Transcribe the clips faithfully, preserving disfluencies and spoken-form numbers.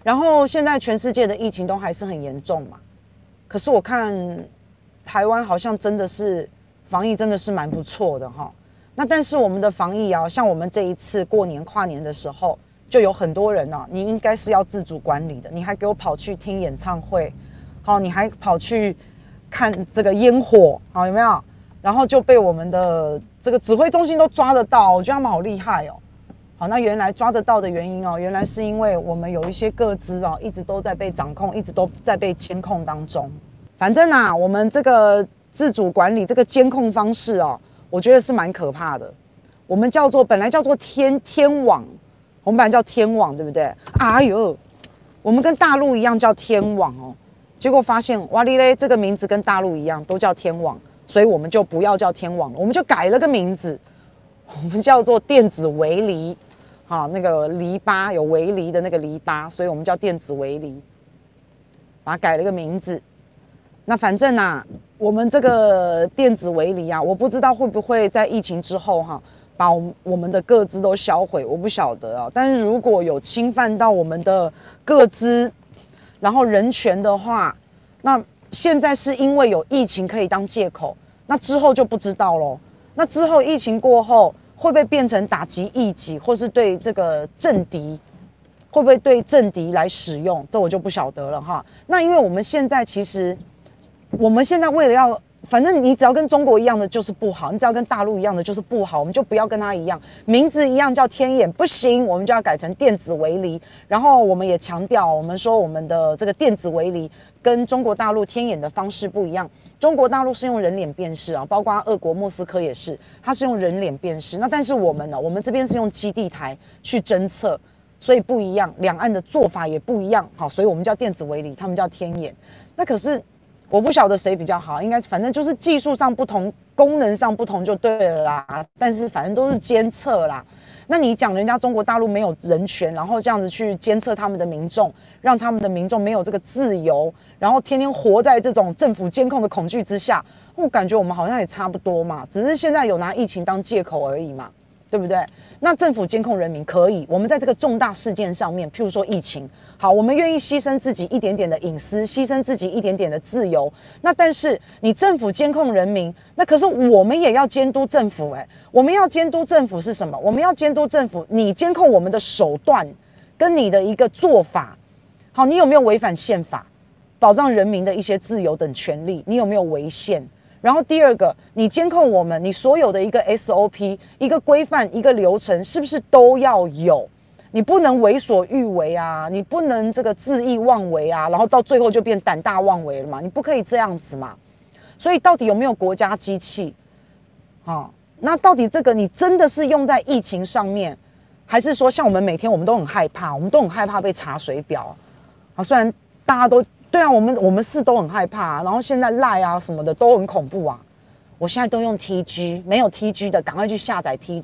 然后现在全世界的疫情都还是很严重嘛，可是我看台湾好像真的是防疫真的是蛮不错的哈。那但是我们的防疫啊，像我们这一次过年跨年的时候，就有很多人啊，你应该是要自主管理的，你还给我跑去听演唱会，好，你还跑去看这个烟火，好，有没有？然后就被我们的这个指挥中心都抓得到，我觉得他们好厉害哦。好，那原来抓得到的原因哦，原来是因为我们有一些个资哦，一直都在被掌控，一直都在被监控当中。反正啊，我们这个自主管理这个监控方式哦，我觉得是蛮可怕的。我们叫做本来叫做天天网，我们本来叫天网，对不对？哎呦，我们跟大陆一样叫天网哦，结果发现哇哩嘞，这个名字跟大陆一样，都叫天网，所以我们就不要叫天网了，我们就改了个名字，我们叫做电子围篱。好，那个篱笆有围篱的那个篱笆，所以我们叫电子围篱，把它改了个名字。那反正啊，我们这个电子围篱啊，我不知道会不会在疫情之后哈、啊，把我们的个资都销毁，我不晓得啊。但是如果有侵犯到我们的个资，然后人权的话，那现在是因为有疫情可以当借口，那之后就不知道咯。那之后疫情过后，会不会变成打击异己，或是对这个政敌，会不会对政敌来使用？这我就不晓得了哈。那因为我们现在其实，我们现在为了要，反正你只要跟中国一样的就是不好，你只要跟大陆一样的就是不好，我们就不要跟他一样，名字一样叫天眼不行，我们就要改成电子围篱。然后我们也强调，我们说我们的这个电子围篱跟中国大陆天眼的方式不一样。中国大陆是用人脸辨识啊，包括俄国莫斯科也是，它是用人脸辨识。那但是我们呢，我们这边是用基地台去侦测，所以不一样，两岸的做法也不一样。好，所以我们叫电子围篱，他们叫天眼。那可是我不晓得谁比较好，应该反正就是技术上不同，功能上不同就对了啦。但是反正都是监测啦。那你讲人家中国大陆没有人权，然后这样子去监测他们的民众，让他们的民众没有这个自由，然后天天活在这种政府监控的恐惧之下，我感觉我们好像也差不多嘛，只是现在有拿疫情当借口而已嘛，对不对？那政府监控人民可以，我们在这个重大事件上面，譬如说疫情，好，我们愿意牺牲自己一点点的隐私，牺牲自己一点点的自由。那但是你政府监控人民，那可是我们也要监督政府、欸，哎，我们要监督政府是什么？我们要监督政府，你监控我们的手段跟你的一个做法，好，你有没有违反宪法，保障人民的一些自由等权利？你有没有违宪？然后第二个，你监控我们，你所有的一个 S O P、一个规范、一个流程，是不是都要有？你不能为所欲为啊，你不能这个恣意妄为啊，然后到最后就变胆大妄为了嘛，你不可以这样子嘛。所以到底有没有国家机器？啊，那到底这个你真的是用在疫情上面，还是说像我们每天我们都很害怕，我们都很害怕被查水表啊？虽然大家都。对啊，我们我们是都很害怕、啊，然后现在赖啊什么的都很恐怖啊。我现在都用 T G， 没有 T G 的赶快去下载 T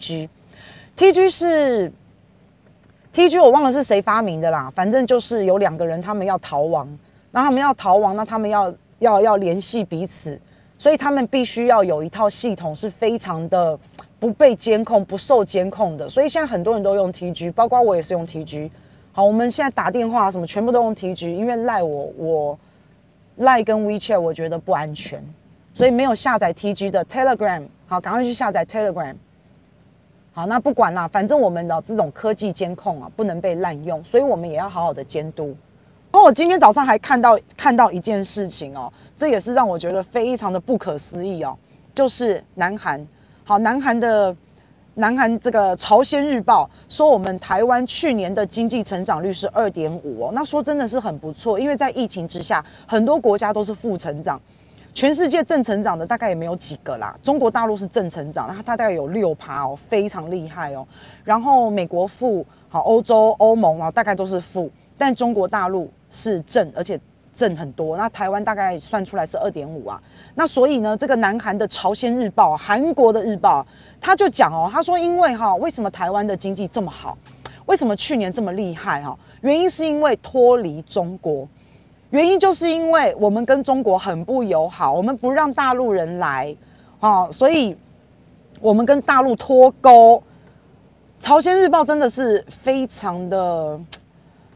G。T G 是 T G， 我忘了是谁发明的啦，反正就是有两个人他们要逃亡，那他们要逃亡，那他们要要要联系彼此，所以他们必须要有一套系统是非常的不被监控、不受监控的。所以现在很多人都用 T G， 包括我也是用 T G。好，我们现在打电话什么全部都用 T G， 因为赖我我赖跟 WeChat 我觉得不安全，所以没有下载 T G 的 Telegram。好，赶快去下载 Telegram。好，那不管啦，反正我们的这种科技监控啊，不能被滥用，所以我们也要好好的监督。然后我今天早上还看到看到一件事情哦，这也是让我觉得非常的不可思议哦，就是南韩。好，南韩的。南韩这个朝鲜日报说，我们台湾去年的经济成长率是 二点五 哦，那说真的是很不错，因为在疫情之下，很多国家都是负成长，全世界正成长的大概也没有几个啦。中国大陆是正成长，它它大概有 百分之六 哦，非常厉害哦。然后美国负，好，欧洲、欧盟啊大概都是负，但中国大陆是正，而且正很多。那台湾大概算出来是 二点五 啊。那所以呢，这个南韩的朝鲜日报，韩国的日报。他就讲哦，他说因为哈，为什么台湾的经济这么好？为什么去年这么厉害哈？原因是因为脱离中国，原因就是因为我们跟中国很不友好，我们不让大陆人来，哦，所以我们跟大陆脱钩。朝鲜日报真的是非常的，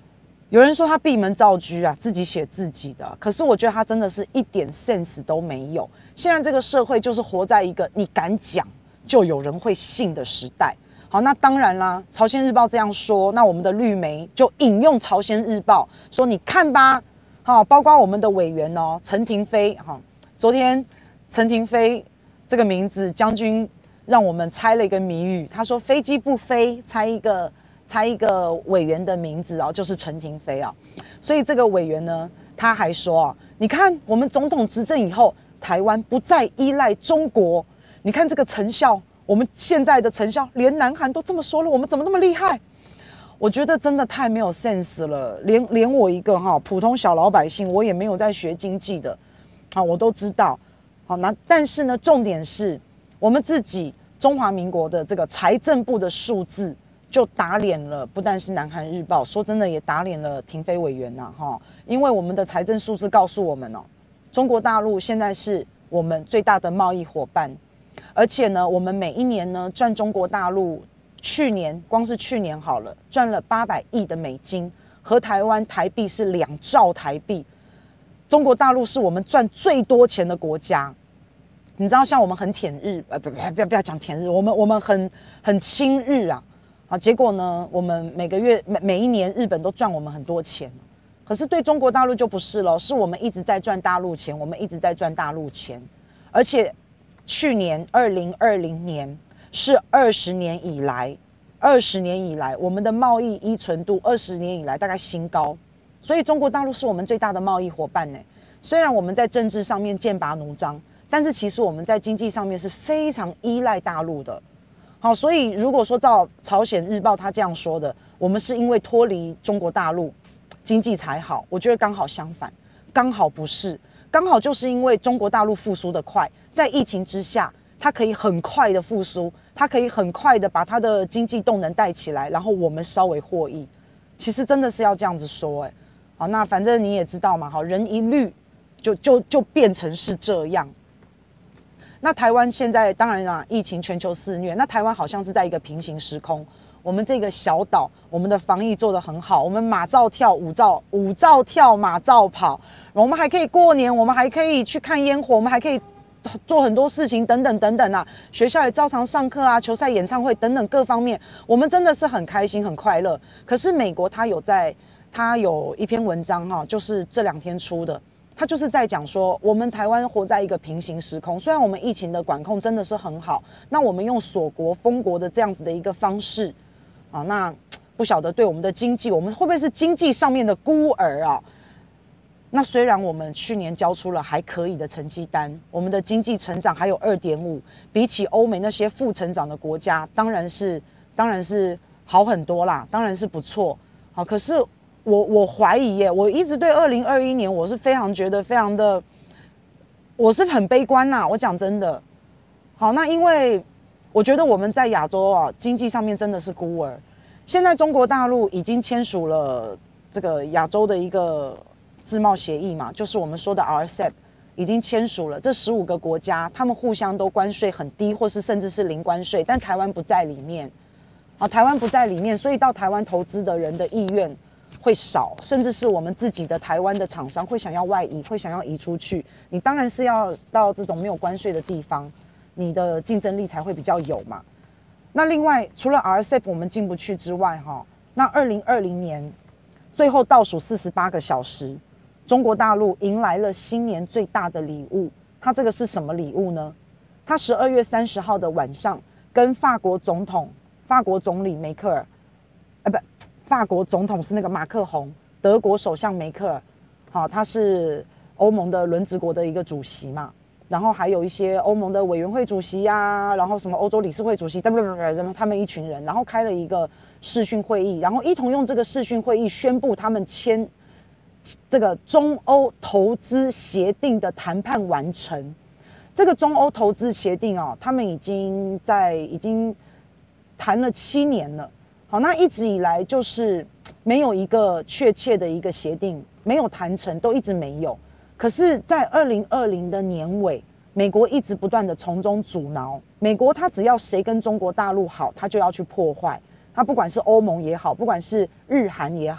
有人说他闭门造车啊，自己写自己的，可是我觉得他真的是一点 sense 都没有。现在这个社会就是活在一个你敢讲就有人会信的时代。好，那当然啦，朝鲜日报这样说，那我们的绿媒就引用朝鲜日报说，你看吧，好，包括我们的委员哦，陈亭妃，哈，昨天陈亭妃这个名字，将军让我们猜了一个谜语，他说飞机不飞，猜一个。猜一个委员的名字啊，就是陈亭妃啊，所以这个委员呢，他还说啊，你看我们总统执政以后，台湾不再依赖中国，你看这个成效，我们现在的成效，连南韩都这么说了，我们怎么那么厉害？我觉得真的太没有 sense 了，连连我一个哈普通小老百姓，我也没有在学经济的，啊，我都知道，好，那但是呢，重点是我们自己中华民国的这个财政部的数字。就打脸了，不但是南韩日报，说真的也打脸了亭妃委员呐，哈，因为我们的财政数字告诉我们哦，中国大陆现在是我们最大的贸易伙伴，而且呢，我们每一年呢赚中国大陆，去年光是去年好了，赚了八百亿的美金，和台湾台币是两兆台币，中国大陆是我们赚最多钱的国家。你知道，像我们很舔日，呃，不不不要不要讲舔日，我们我们很很亲日啊。好，结果呢？我们每个月每每一年，日本都赚我们很多钱，可是对中国大陆就不是了，是我们一直在赚大陆钱，我们一直在赚大陆钱，而且去年二零二零年是二十年以来，二十年以来我们的贸易依存度二十年以来大概新高，所以中国大陆是我们最大的贸易伙伴呢。虽然我们在政治上面剑拔弩张，但是其实我们在经济上面是非常依赖大陆的。好，所以如果说照朝鲜日报他这样说的，我们是因为脱离中国大陆经济才好，我觉得刚好相反，刚好不是，刚好就是因为中国大陆复苏的快，在疫情之下，它可以很快的复苏，它可以很快的把它的经济动能带起来，然后我们稍微获益。其实真的是要这样子说，哎，好，那反正你也知道嘛，好，人一虑就就就变成是这样。那台湾现在当然啦，疫情全球肆虐，那台湾好像是在一个平行时空。我们这个小岛，我们的防疫做得很好，我们马照跳，舞照舞照跳，马照跑，我们还可以过年，我们还可以去看烟火，我们还可以做很多事情，等等等等啊。学校也照常上课啊，球赛、演唱会等等各方面，我们真的是很开心、很快乐。可是美国它有在，它有一篇文章哈、啊，就是这两天出的。他就是在讲说，我们台湾活在一个平行时空。虽然我们疫情的管控真的是很好，那我们用锁国封国的这样子的一个方式，啊，那不晓得对我们的经济，我们会不会是经济上面的孤儿啊？那虽然我们去年交出了还可以的成绩单，我们的经济成长还有二点五，比起欧美那些负成长的国家，当然是当然是好很多啦，当然是不错。好，可是。我我怀疑耶，我一直对二零二一年我是非常觉得非常的，我是很悲观呐。我讲真的，好，那因为我觉得我们在亚洲啊经济上面真的是孤儿。现在中国大陆已经签署了这个亚洲的一个自贸协议嘛，就是我们说的 R C E P， 已经签署了。这十五个国家，他们互相都关税很低，或是甚至是零关税，但台湾不在里面。啊，台湾不在里面，所以到台湾投资的人的意愿会少，甚至是我们自己的台湾的厂商会想要外移，会想要移出去。你当然是要到这种没有关税的地方，你的竞争力才会比较有嘛。那另外，除了 R C E P 我们进不去之外，哈，那二零二零年最后倒数四十八个小时，中国大陆迎来了新年最大的礼物。它这个是什么礼物呢？它十二月三十号的晚上，跟法国总统、法国总理梅克尔，呃，不。法国总统是那个马克宏，德国首相梅克尔，好，他是欧盟的轮值国的一个主席嘛，然后还有一些欧盟的委员会主席呀、啊，然后什么欧洲理事会主席，他们一群人，然后开了一个视讯会议，然后一同用这个视讯会议宣布他们签这个中欧投资协定的谈判完成。这个中欧投资协定哦，他们已经在已经谈了七年了。好，那一直以来就是没有一个确切的一个协定，没有谈成，都一直没有。可是，在二零二零的年尾，美国一直不断的从中阻挠。美国他只要谁跟中国大陆好，他就要去破坏。他不管是欧盟也好，不管是日韩也好，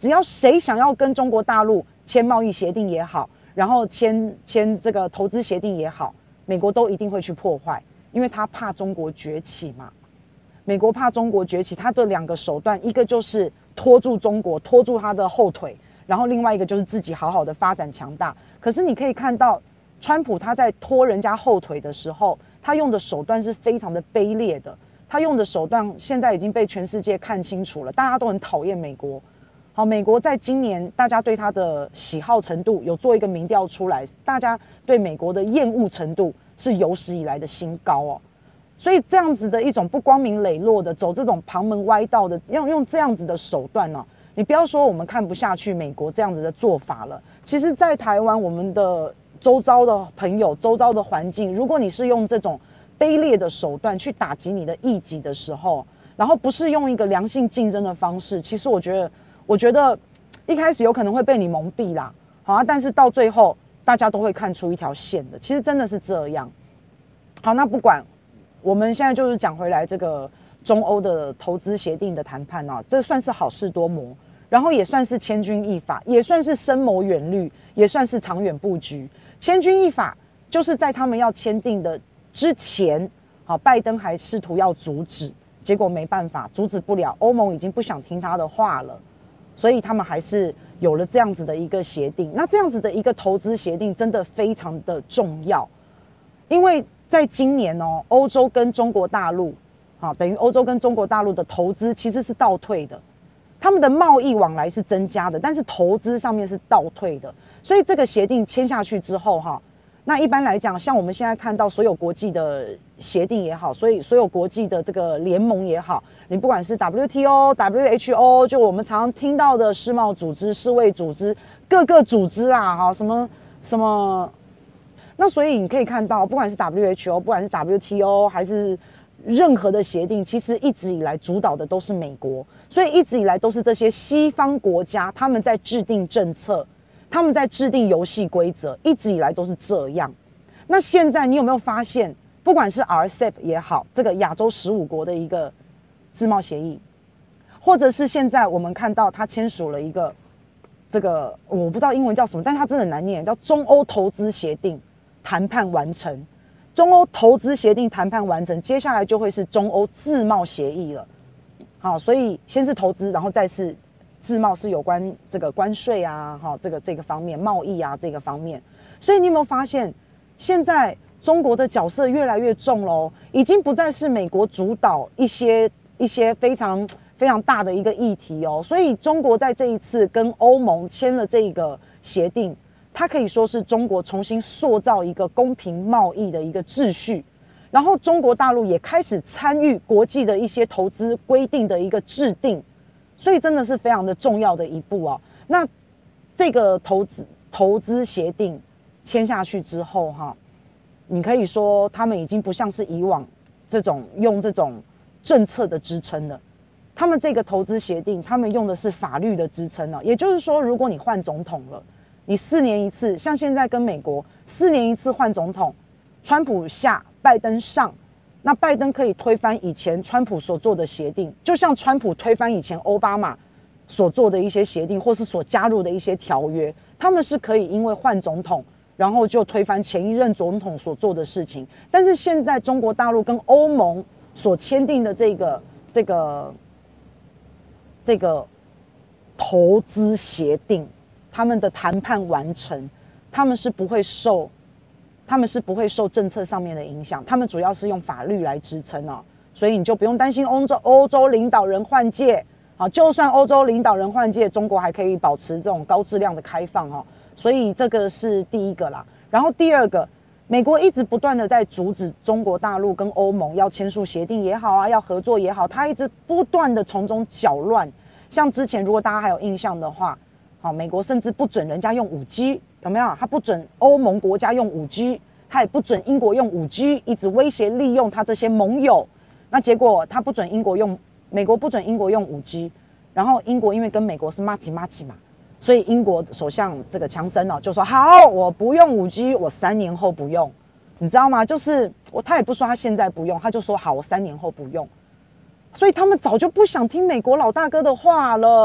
只要谁想要跟中国大陆签贸易协定也好，然后签签这个投资协定也好，美国都一定会去破坏，因为他怕中国崛起嘛。美国怕中国崛起，他的两个手段，一个就是拖住中国，拖住他的后腿，然后另外一个就是自己好好的发展强大。可是你可以看到，川普他在拖人家后腿的时候，他用的手段是非常的卑劣的。他用的手段现在已经被全世界看清楚了，大家都很讨厌美国。好，美国在今年大家对他的喜好程度有做一个民调出来，大家对美国的厌恶程度是有史以来的新高哦。所以这样子的一种不光明磊落的走这种旁门歪道的，用用这样子的手段呢、啊，你不要说我们看不下去美国这样子的做法了。其实，在台湾我们的周遭的朋友、周遭的环境，如果你是用这种卑劣的手段去打击你的异己的时候，然后不是用一个良性竞争的方式，其实我觉得，我觉得一开始有可能会被你蒙蔽啦，好啊，但是到最后大家都会看出一条线的，其实真的是这样。好，那不管。我们现在就是讲回来这个中欧的投资协定的谈判啊，这算是好事多磨，然后也算是千钧一发，也算是深谋远虑，也算是长远布局。千钧一发就是在他们要签订的之前，好，拜登还试图要阻止，结果没办法，阻止不了，欧盟已经不想听他的话了，所以他们还是有了这样子的一个协定。那这样子的一个投资协定真的非常的重要，因为在今年哦，欧洲跟中国大陆，啊，等于欧洲跟中国大陆的投资其实是倒退的，他们的贸易往来是增加的，但是投资上面是倒退的。所以这个协定签下去之后，哈，那一般来讲，像我们现在看到所有国际的协定也好，所以所有国际的这个联盟也好，你不管是 W T O、W H O， 就我们常常听到的世贸组织、世卫组织，各个组织啊，哈，什么什么。那所以你可以看到，不管是 W H O， 不管是 W T O， 还是任何的协定，其实一直以来主导的都是美国，所以一直以来都是这些西方国家他们在制定政策，他们在制定游戏规则，一直以来都是这样。那现在你有没有发现，不管是 R C E P 也好，这个亚洲十五国的一个自贸协议，或者是现在我们看到他签署了一个这个我不知道英文叫什么，但是它真的很难念，叫中欧投资协定。谈判完成，中欧投资协定谈判完成，接下来就会是中欧自贸协议了。好，所以先是投资，然后再是自贸，是有关这个关税啊，哈，这个这个方面，贸易啊这个方面。所以你有没有发现，现在中国的角色越来越重喽，已经不再是美国主导一些一些非常非常大的一个议题哦。所以中国在这一次跟欧盟签了这个协定。它可以说是中国重新塑造一个公平贸易的一个秩序，然后中国大陆也开始参与国际的一些投资规定的一个制定，所以真的是非常的重要的一步哦。那这个投资投资协定签下去之后哈，你可以说他们已经不像是以往这种用这种政策的支撑了，他们这个投资协定，他们用的是法律的支撑了，也就是说，如果你换总统了。你四年一次，像现在跟美国四年一次换总统，川普下，拜登上，那拜登可以推翻以前川普所做的协定，就像川普推翻以前奥巴马所做的一些协定，或是所加入的一些条约，他们是可以因为换总统，然后就推翻前一任总统所做的事情。但是现在中国大陆跟欧盟所签订的这个这个这个投资协定。他们的谈判完成，他们是不会受，他们是不会受政策上面的影响，他们主要是用法律来支撑哦，所以你就不用担心欧洲欧洲领导人换届，好，就算欧洲领导人换届，中国还可以保持这种高质量的开放哦，所以这个是第一个啦。然后第二个，美国一直不断的在阻止中国大陆跟欧盟要签署协定也好啊，要合作也好，他一直不断的从中搅乱。像之前如果大家还有印象的话。好，美国甚至不准人家用 五 G， 有没有？他不准欧盟国家用 五 G， 他也不准英国用 五 G， 一直威胁利用他这些盟友。那结果他不准英国用，美国不准英国用 五 G， 然后英国因为跟美国是麻吉麻吉嘛，所以英国首相这个强森哦就说好，我不用 五 G， 我三年后不用，你知道吗？就是我他也不说他现在不用，他就说好，我三年后不用。所以他们早就不想听美国老大哥的话了。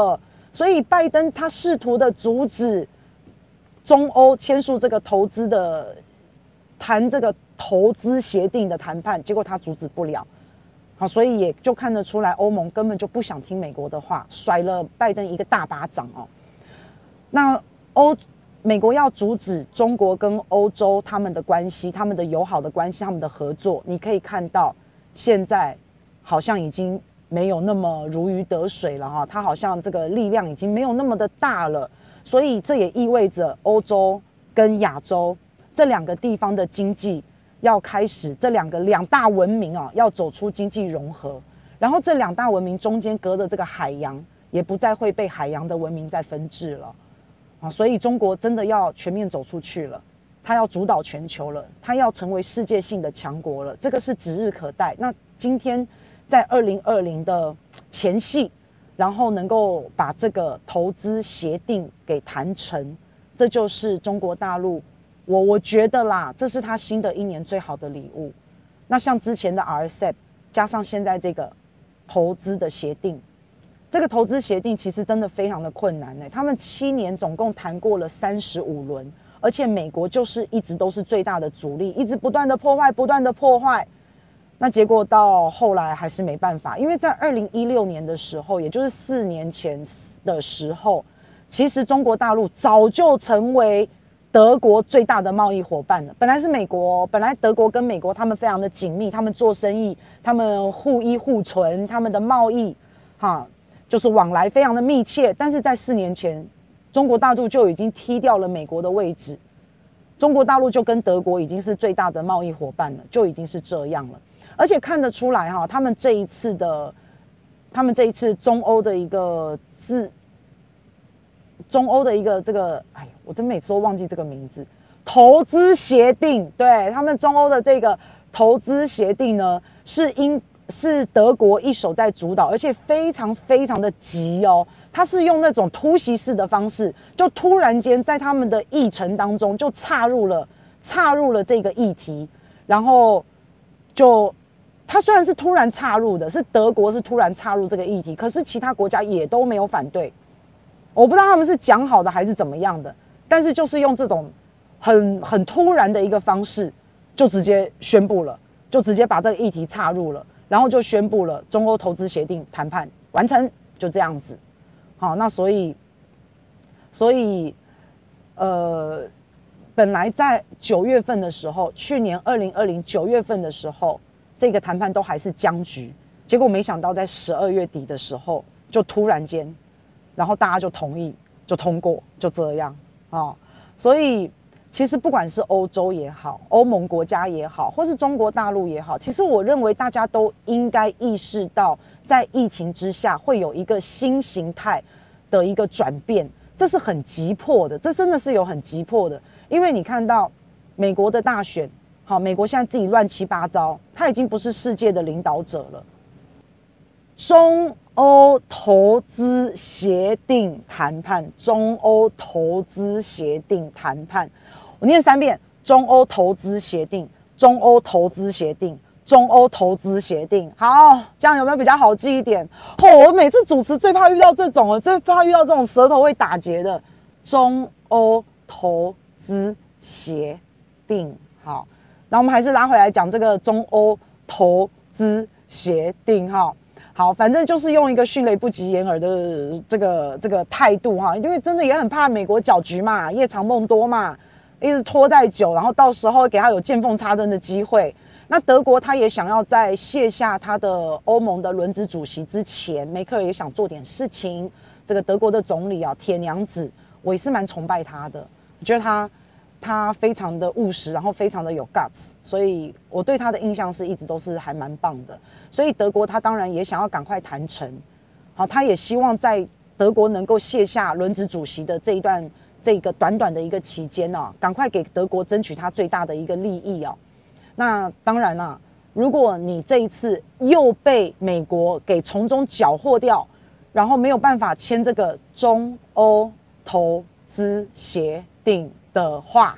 所以拜登他试图的阻止中欧签署这个投资的谈这个投资协定的谈判，结果他阻止不了。好，所以也就看得出来，欧盟根本就不想听美国的话，甩了拜登一个大巴掌哦。那欧美国要阻止中国跟欧洲他们的关系、他们的友好的关系、他们的合作，你可以看到现在好像已经没有那么如鱼得水了哈，它好像这个力量已经没有那么的大了，所以这也意味着欧洲跟亚洲这两个地方的经济要开始，这两个两大文明啊要走出经济融合，然后这两大文明中间隔的这个海洋也不再会被海洋的文明再分治了啊，所以中国真的要全面走出去了，它要主导全球了，它要成为世界性的强国了，这个是指日可待。那今天在二零二零的前夕，然后能够把这个投资协定给谈成，这就是中国大陆。我我觉得啦，这是他新的一年最好的礼物。那像之前的 R C E P， 加上现在这个投资的协定，这个投资协定其实真的非常的困难呢、欸。他们七年总共谈过了三十五轮，而且美国就是一直都是最大的阻力，一直不断的破坏，不断的破坏。那结果到后来还是没办法，因为在二零一六年的时候，也就是四年前的时候，其实中国大陆早就成为德国最大的贸易伙伴了。本来是美国，本来德国跟美国他们非常的紧密，他们做生意，他们互依互存，他们的贸易哈就是往来非常的密切。但是在四年前，中国大陆就已经踢掉了美国的位置，中国大陆就跟德国已经是最大的贸易伙伴了，就已经是这样了。而且看得出来哈，他们这一次的，他们这一次中欧的一个自。中欧的一个这个，哎，我真每次都忘记这个名字，投资协定，对他们中欧的这个投资协定呢，是英是德国一手在主导，而且非常非常的急哦，他是用那种突袭式的方式，就突然间在他们的议程当中就插入了插入了这个议题，然后就他虽然是突然插入的，是德国是突然插入这个议题，可是其他国家也都没有反对。我不知道他们是讲好的还是怎么样的，但是就是用这种很很突然的一个方式，就直接宣布了，就直接把这个议题插入了，然后就宣布了中欧投资协定谈判完成，就这样子。好，那所以，所以，呃，本来在九月份的时候，去年二零二零九月份的时候，这个谈判都还是僵局，结果没想到在十二月底的时候，就突然间。然后大家就同意，就通过，就这样啊、哦。所以其实不管是欧洲也好，欧盟国家也好，或是中国大陆也好，其实我认为大家都应该意识到，在疫情之下会有一个新形态的一个转变，这是很急迫的，这真的是有很急迫的。因为你看到美国的大选，好，美国现在自己乱七八糟，他已经不是世界的领导者了。中欧投资协定谈判，中欧投资协定谈判，我念三遍：中欧投资协定，中欧投资协定，中欧投资协定。好，这样有没有比较好记一点？哦，我每次主持最怕遇到这种了，最怕遇到这种舌头会打结的。中欧投资协定，好，那我们还是拉回来讲这个中欧投资协定哈。好，反正就是用一个迅雷不及掩耳的这个这个态度哈，因为真的也很怕美国搅局嘛，夜长梦多嘛，一直拖再久，然后到时候给他有见缝插针的机会。那德国他也想要在卸下他的欧盟的轮值主席之前，梅克尔也想做点事情。这个德国的总理啊，铁娘子，我也是蛮崇拜他的，我觉得他。他非常的务实，然后非常的有 guts， 所以我对他的印象是一直都是还蛮棒的。所以德国他当然也想要赶快谈成，好，他也希望在德国能够卸下轮值主席的这一段这个短短的一个期间啊，赶快给德国争取他最大的一个利益啊。那当然啦、啊，如果你这一次又被美国给从中缴获掉，然后没有办法签这个中欧投资协定的话，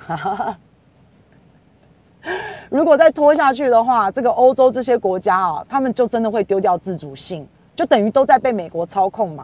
如果再拖下去的话，这个欧洲这些国家啊，他们就真的会丢掉自主性，就等于都在被美国操控嘛。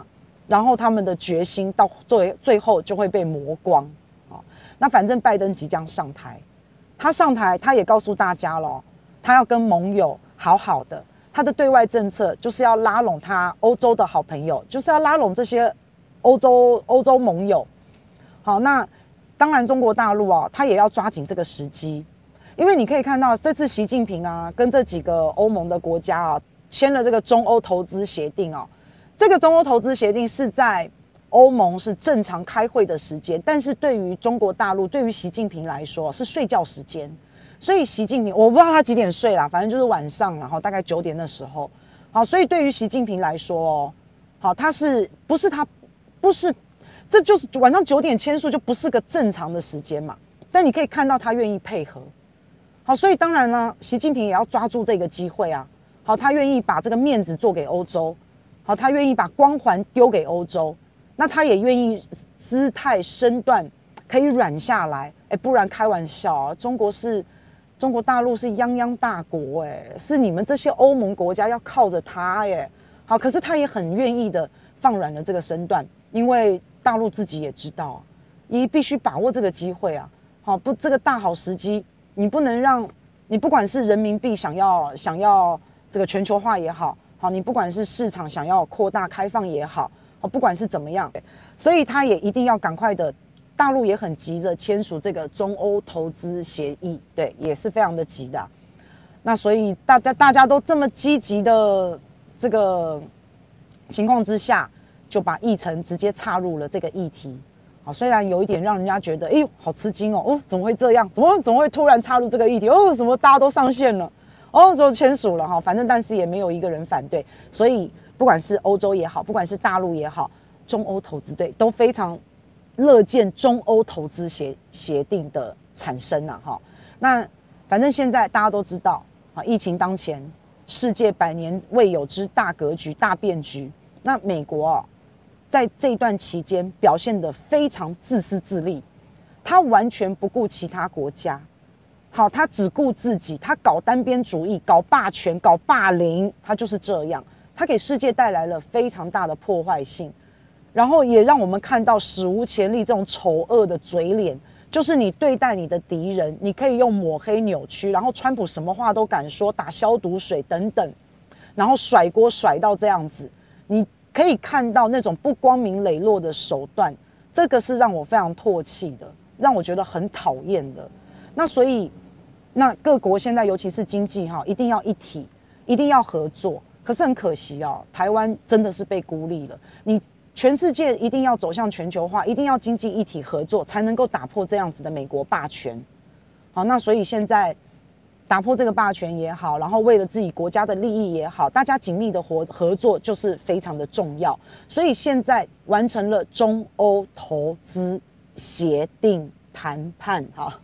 然后他们的决心到最最后就会被磨光。哦，那反正拜登即将上台，他上台他也告诉大家了，他要跟盟友好好的，他的对外政策就是要拉拢他欧洲的好朋友，就是要拉拢这些欧洲欧洲盟友。好，那当然中国大陆啊，他也要抓紧这个时机，因为你可以看到这次习近平啊跟这几个欧盟的国家啊签了这个中欧投资协定啊。这个中欧投资协定是在欧盟是正常开会的时间，但是对于中国大陆，对于习近平来说是睡觉时间。所以习近平，我不知道他几点睡啦，反正就是晚上，然后大概九点的时候。好，所以对于习近平来说，哦，好，他是不是他不是，这就是晚上九点签署就不是个正常的时间嘛？但你可以看到他愿意配合。好，所以当然呢，习近平也要抓住这个机会啊。好，他愿意把这个面子做给欧洲。好，他愿意把光环丢给欧洲，那他也愿意姿态身段可以软下来，哎，不然开玩笑啊，中国是中国大陆是泱泱大国，哎，是你们这些欧盟国家要靠着他，哎，好，可是他也很愿意的放软了这个身段，因为大陆自己也知道，你必须把握这个机会啊，好，不，这个大好时机，你不能让你不管是人民币想要想要这个全球化也好。好，你不管是市场想要扩大开放也好，好，不管是怎么样，所以他也一定要赶快的，大陆也很急着签署这个中欧投资协议，对，也是非常的急的啊。那所以大家大家都这么积极的这个情况之下，就把议程直接插入了这个议题。好，虽然有一点让人家觉得，哎呦，好吃惊哦，哦，怎么会这样？怎么怎么会突然插入这个议题？哦，怎么大家都上线了？哦，就签署了哈，反正但是也没有一个人反对，所以不管是欧洲也好，不管是大陆也好，中欧投资队都非常乐见中欧投资协协定的产生啊哈。那反正现在大家都知道啊，疫情当前，世界百年未有之大格局、大变局。那美国啊，在这段期间表现得非常自私自利，他完全不顾其他国家。好，他只顾自己，他搞单边主义，搞霸权，搞霸凌，他就是这样。他给世界带来了非常大的破坏性，然后也让我们看到史无前例这种丑恶的嘴脸，就是你对待你的敌人，你可以用抹黑、扭曲，然后川普什么话都敢说，打消毒水等等，然后甩锅甩到这样子，你可以看到那种不光明磊落的手段，这个是让我非常唾弃的，让我觉得很讨厌的。那所以，那各国现在尤其是经济哈，一定要一体，一定要合作。可是很可惜哦，台湾真的是被孤立了。你全世界一定要走向全球化，一定要经济一体合作，才能够打破这样子的美国霸权。好，那所以现在打破这个霸权也好，然后为了自己国家的利益也好，大家紧密的合合作就是非常的重要。所以现在完成了中欧投资协定谈判哈。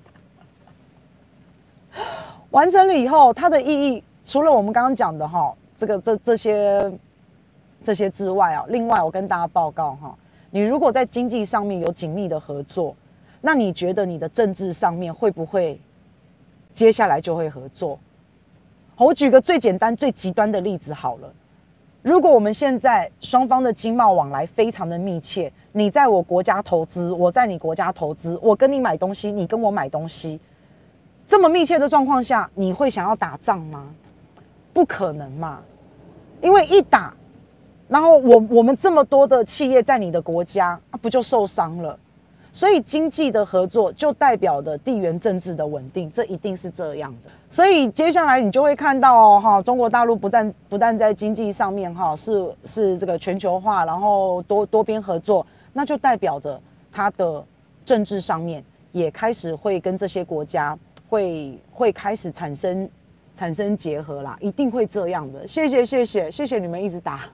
完成了以后，它的意义除了我们刚刚讲的哈，这个这这些这些之外啊，另外我跟大家报告哈，你如果在经济上面有紧密的合作，那你觉得你的政治上面会不会接下来就会合作？我举个最简单、最极端的例子好了，如果我们现在双方的经贸往来非常的密切，你在我国家投资，我在你国家投资，我跟你买东西，你跟我买东西。这么密切的状况下，你会想要打仗吗？不可能嘛！因为一打，然后我我们这么多的企业在你的国家，啊、不就受伤了？所以经济的合作就代表的地缘政治的稳定，这一定是这样的。所以接下来你就会看到哈、哦，中国大陆不但不但在经济上面哈、哦、是是这个全球化，然后多多边合作，那就代表着它的政治上面也开始会跟这些国家。会会开始产生产生结合啦，一定会这样的。谢谢谢谢谢谢你们一直打。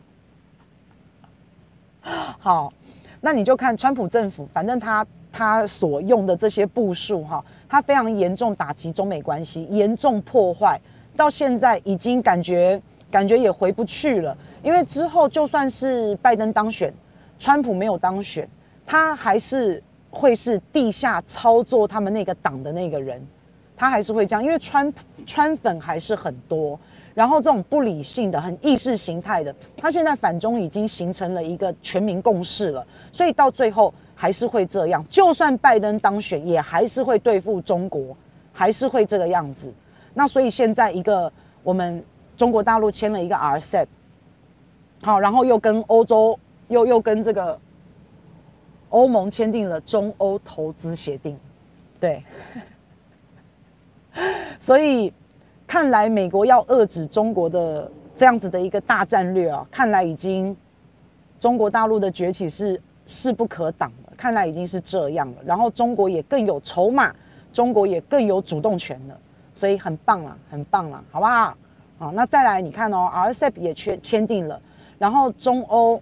好，那你就看川普政府，反正他他所用的这些步数哈，他非常严重打击中美关系，严重破坏，到现在已经感觉感觉也回不去了。因为之后就算是拜登当选，川普没有当选，他还是会是地下操作他们那个党的那个人。 他还是会这样，因为川川粉还是很多，然后这种不理性的、很意识形态的，他现在反中已经形成了一个全民共识了，所以到最后还是会这样。就算拜登当选，也还是会对付中国，还是会这个样子。那所以现在一个我们中国大陆签了一个 R C E P， 好，然后又跟欧洲又又跟这个欧盟签订了中欧投资协定，对。所以看来美国要遏制中国的这样子的一个大战略啊，看来已经中国大陆的崛起是势不可挡了，看来已经是这样了。然后中国也更有筹码，中国也更有主动权了，所以很棒了，很棒了，好不好？好，那再来你看哦 ，R C E P 也签签订了，然后中欧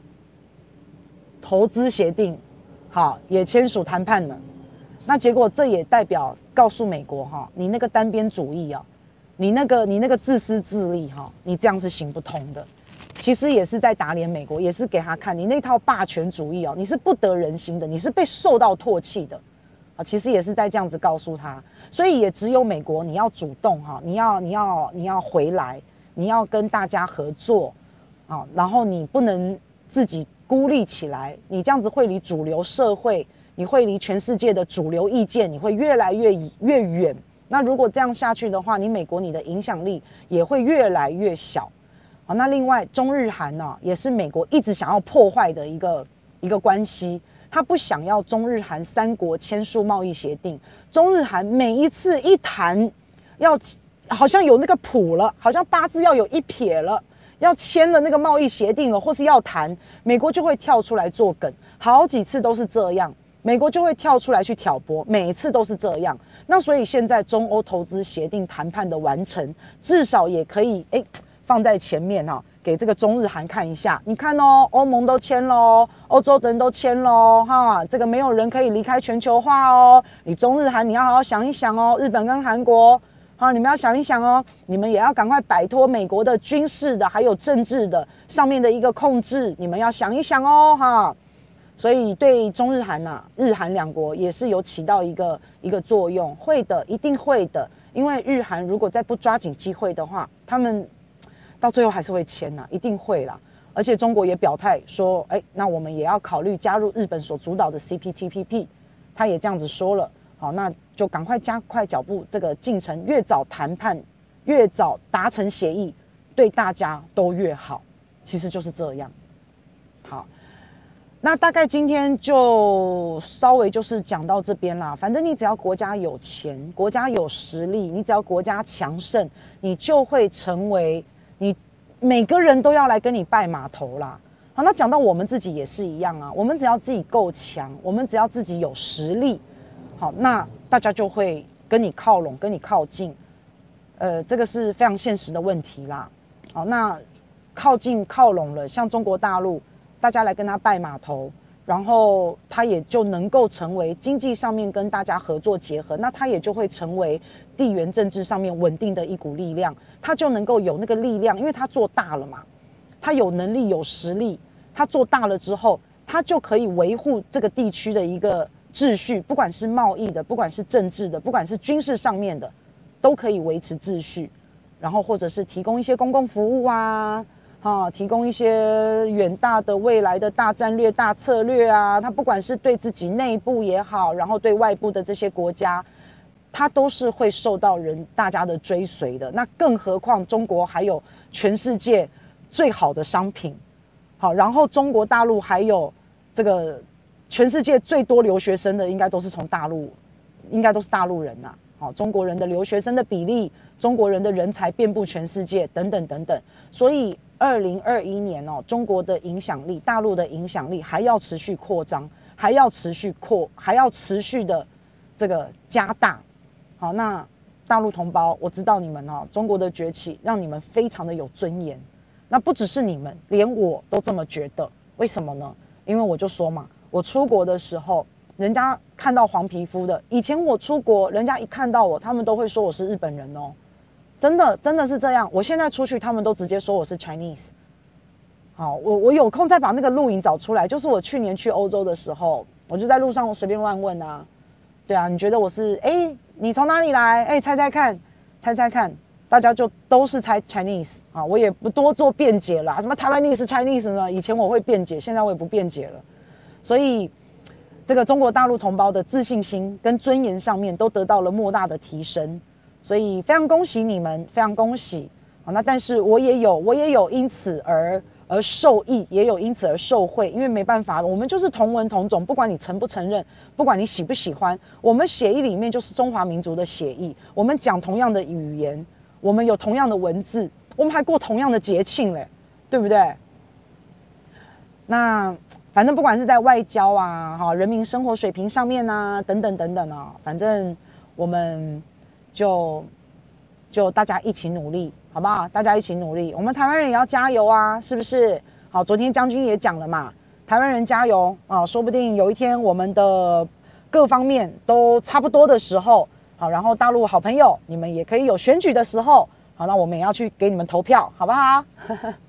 投资协定，好也签署谈判了。那结果这也代表告诉美国哈，你那个单边主义啊，你那个你那个自私自利哈，你这样是行不通的。其实也是在打脸美国，也是给他看你那套霸权主义哦，你是不得人心的，你是被受到唾弃的啊。其实也是在这样子告诉他，所以也只有美国你要主动哈，你要你要你要回来，你要跟大家合作啊，然后你不能自己孤立起来，你这样子会离主流社会。你会离全世界的主流意见，你会越来越越远。那如果这样下去的话，你美国你的影响力也会越来越小。好，那另外中日韩呢、啊，也是美国一直想要破坏的一个一个关系。他不想要中日韩三国签署贸易协定。中日韩每一次一谈，要好像有那个谱了，好像八字要有一撇了。要签了那个贸易协定了，或是要谈，美国就会跳出来做梗，好几次都是这样。美国就会跳出来去挑拨，每一次都是这样。那所以现在中欧投资协定谈判的完成，至少也可以哎放在前面哈、哦，给这个中日韩看一下。你看哦，欧盟都签喽，欧洲的人都签喽，哈，这个没有人可以离开全球化哦。你中日韩你要好好想一想哦，日本跟韩国，好，你们要想一想哦，你们也要赶快摆脱美国的军事的还有政治的上面的一个控制，你们要想一想哦，哈。所以对中日韩呐、啊，日韩两国也是有起到一个一个作用，会的，一定会的。因为日韩如果再不抓紧机会的话，他们到最后还是会签呐、啊，一定会啦。而且中国也表态说，哎，那我们也要考虑加入日本所主导的 C P T P P， 他也这样子说了。好，那就赶快加快脚步，这个进程越早谈判，越早达成协议，对大家都越好。其实就是这样。好。那大概今天就稍微就是讲到这边啦。反正你只要国家有钱，国家有实力，你只要国家强盛，你就会成为你每个人都要来跟你拜码头啦。好，那讲到我们自己也是一样啊。我们只要自己够强，我们只要自己有实力，好，那大家就会跟你靠拢，跟你靠近。呃，这个是非常现实的问题啦。好，那靠近靠拢了，像中国大陆。大家来跟他拜码头，然后他也就能够成为经济上面跟大家合作结合，那他也就会成为地缘政治上面稳定的一股力量，他就能够有那个力量，因为他做大了嘛，他有能力有实力，他做大了之后，他就可以维护这个地区的一个秩序，不管是贸易的，不管是政治的，不管是军事上面的，都可以维持秩序，然后或者是提供一些公共服务啊。啊，提供一些远大的未来的大战略、大策略啊，它不管是对自己内部也好，然后对外部的这些国家，它都是会受到人大家的追随的。那更何况中国还有全世界最好的商品，好，然后中国大陆还有这个全世界最多留学生的，应该都是从大陆，应该都是大陆人呐、啊。好，中国人的留学生的比例，中国人的人才遍布全世界，等等等等，所以。二零二一年哦，中国的影响力，大陆的影响力还要持续扩张，还要持续扩，还要持续的这个加大。好，那大陆同胞，我知道你们哦，中国的崛起让你们非常的有尊严。那不只是你们，连我都这么觉得。为什么呢？因为我就说嘛，我出国的时候，人家看到黄皮肤的，以前我出国，人家一看到我，他们都会说我是日本人哦。真的，真的是这样。我现在出去，他们都直接说我是 Chinese。好，我我有空再把那个录影找出来。就是我去年去欧洲的时候，我就在路上随便乱问啊， 对啊，你觉得我是哎，你从哪里来？哎，猜猜看，猜猜看，大家就都是猜 Chinese 啊，我也不多做辩解啦，什么台湾历史 Chinese 呢？以前我会辩解，现在我也不辩解了。所以这个中国大陆同胞的自信心跟尊严上面都得到了莫大的提升，所以非常恭喜你们，非常恭喜。好，那但是我也有，我也有因此而而受益，也有因此而受惠，因为没办法，我们就是同文同种，不管你承不承认，不管你喜不喜欢，我们血液里面就是中华民族的血液，我们讲同样的语言，我们有同样的文字，我们还过同样的节庆嘞，对不对？那反正不管是在外交啊，哈，人民生活水平上面啊，等等等等啊，反正我们就就大家一起努力，好不好？大家一起努力，我们台湾人也要加油啊，是不是？好，昨天将军也讲了嘛，台湾人加油啊，说不定有一天我们的各方面都差不多的时候，好，然后大陆好朋友你们也可以有选举的时候，好，那我们也要去给你们投票，好不好？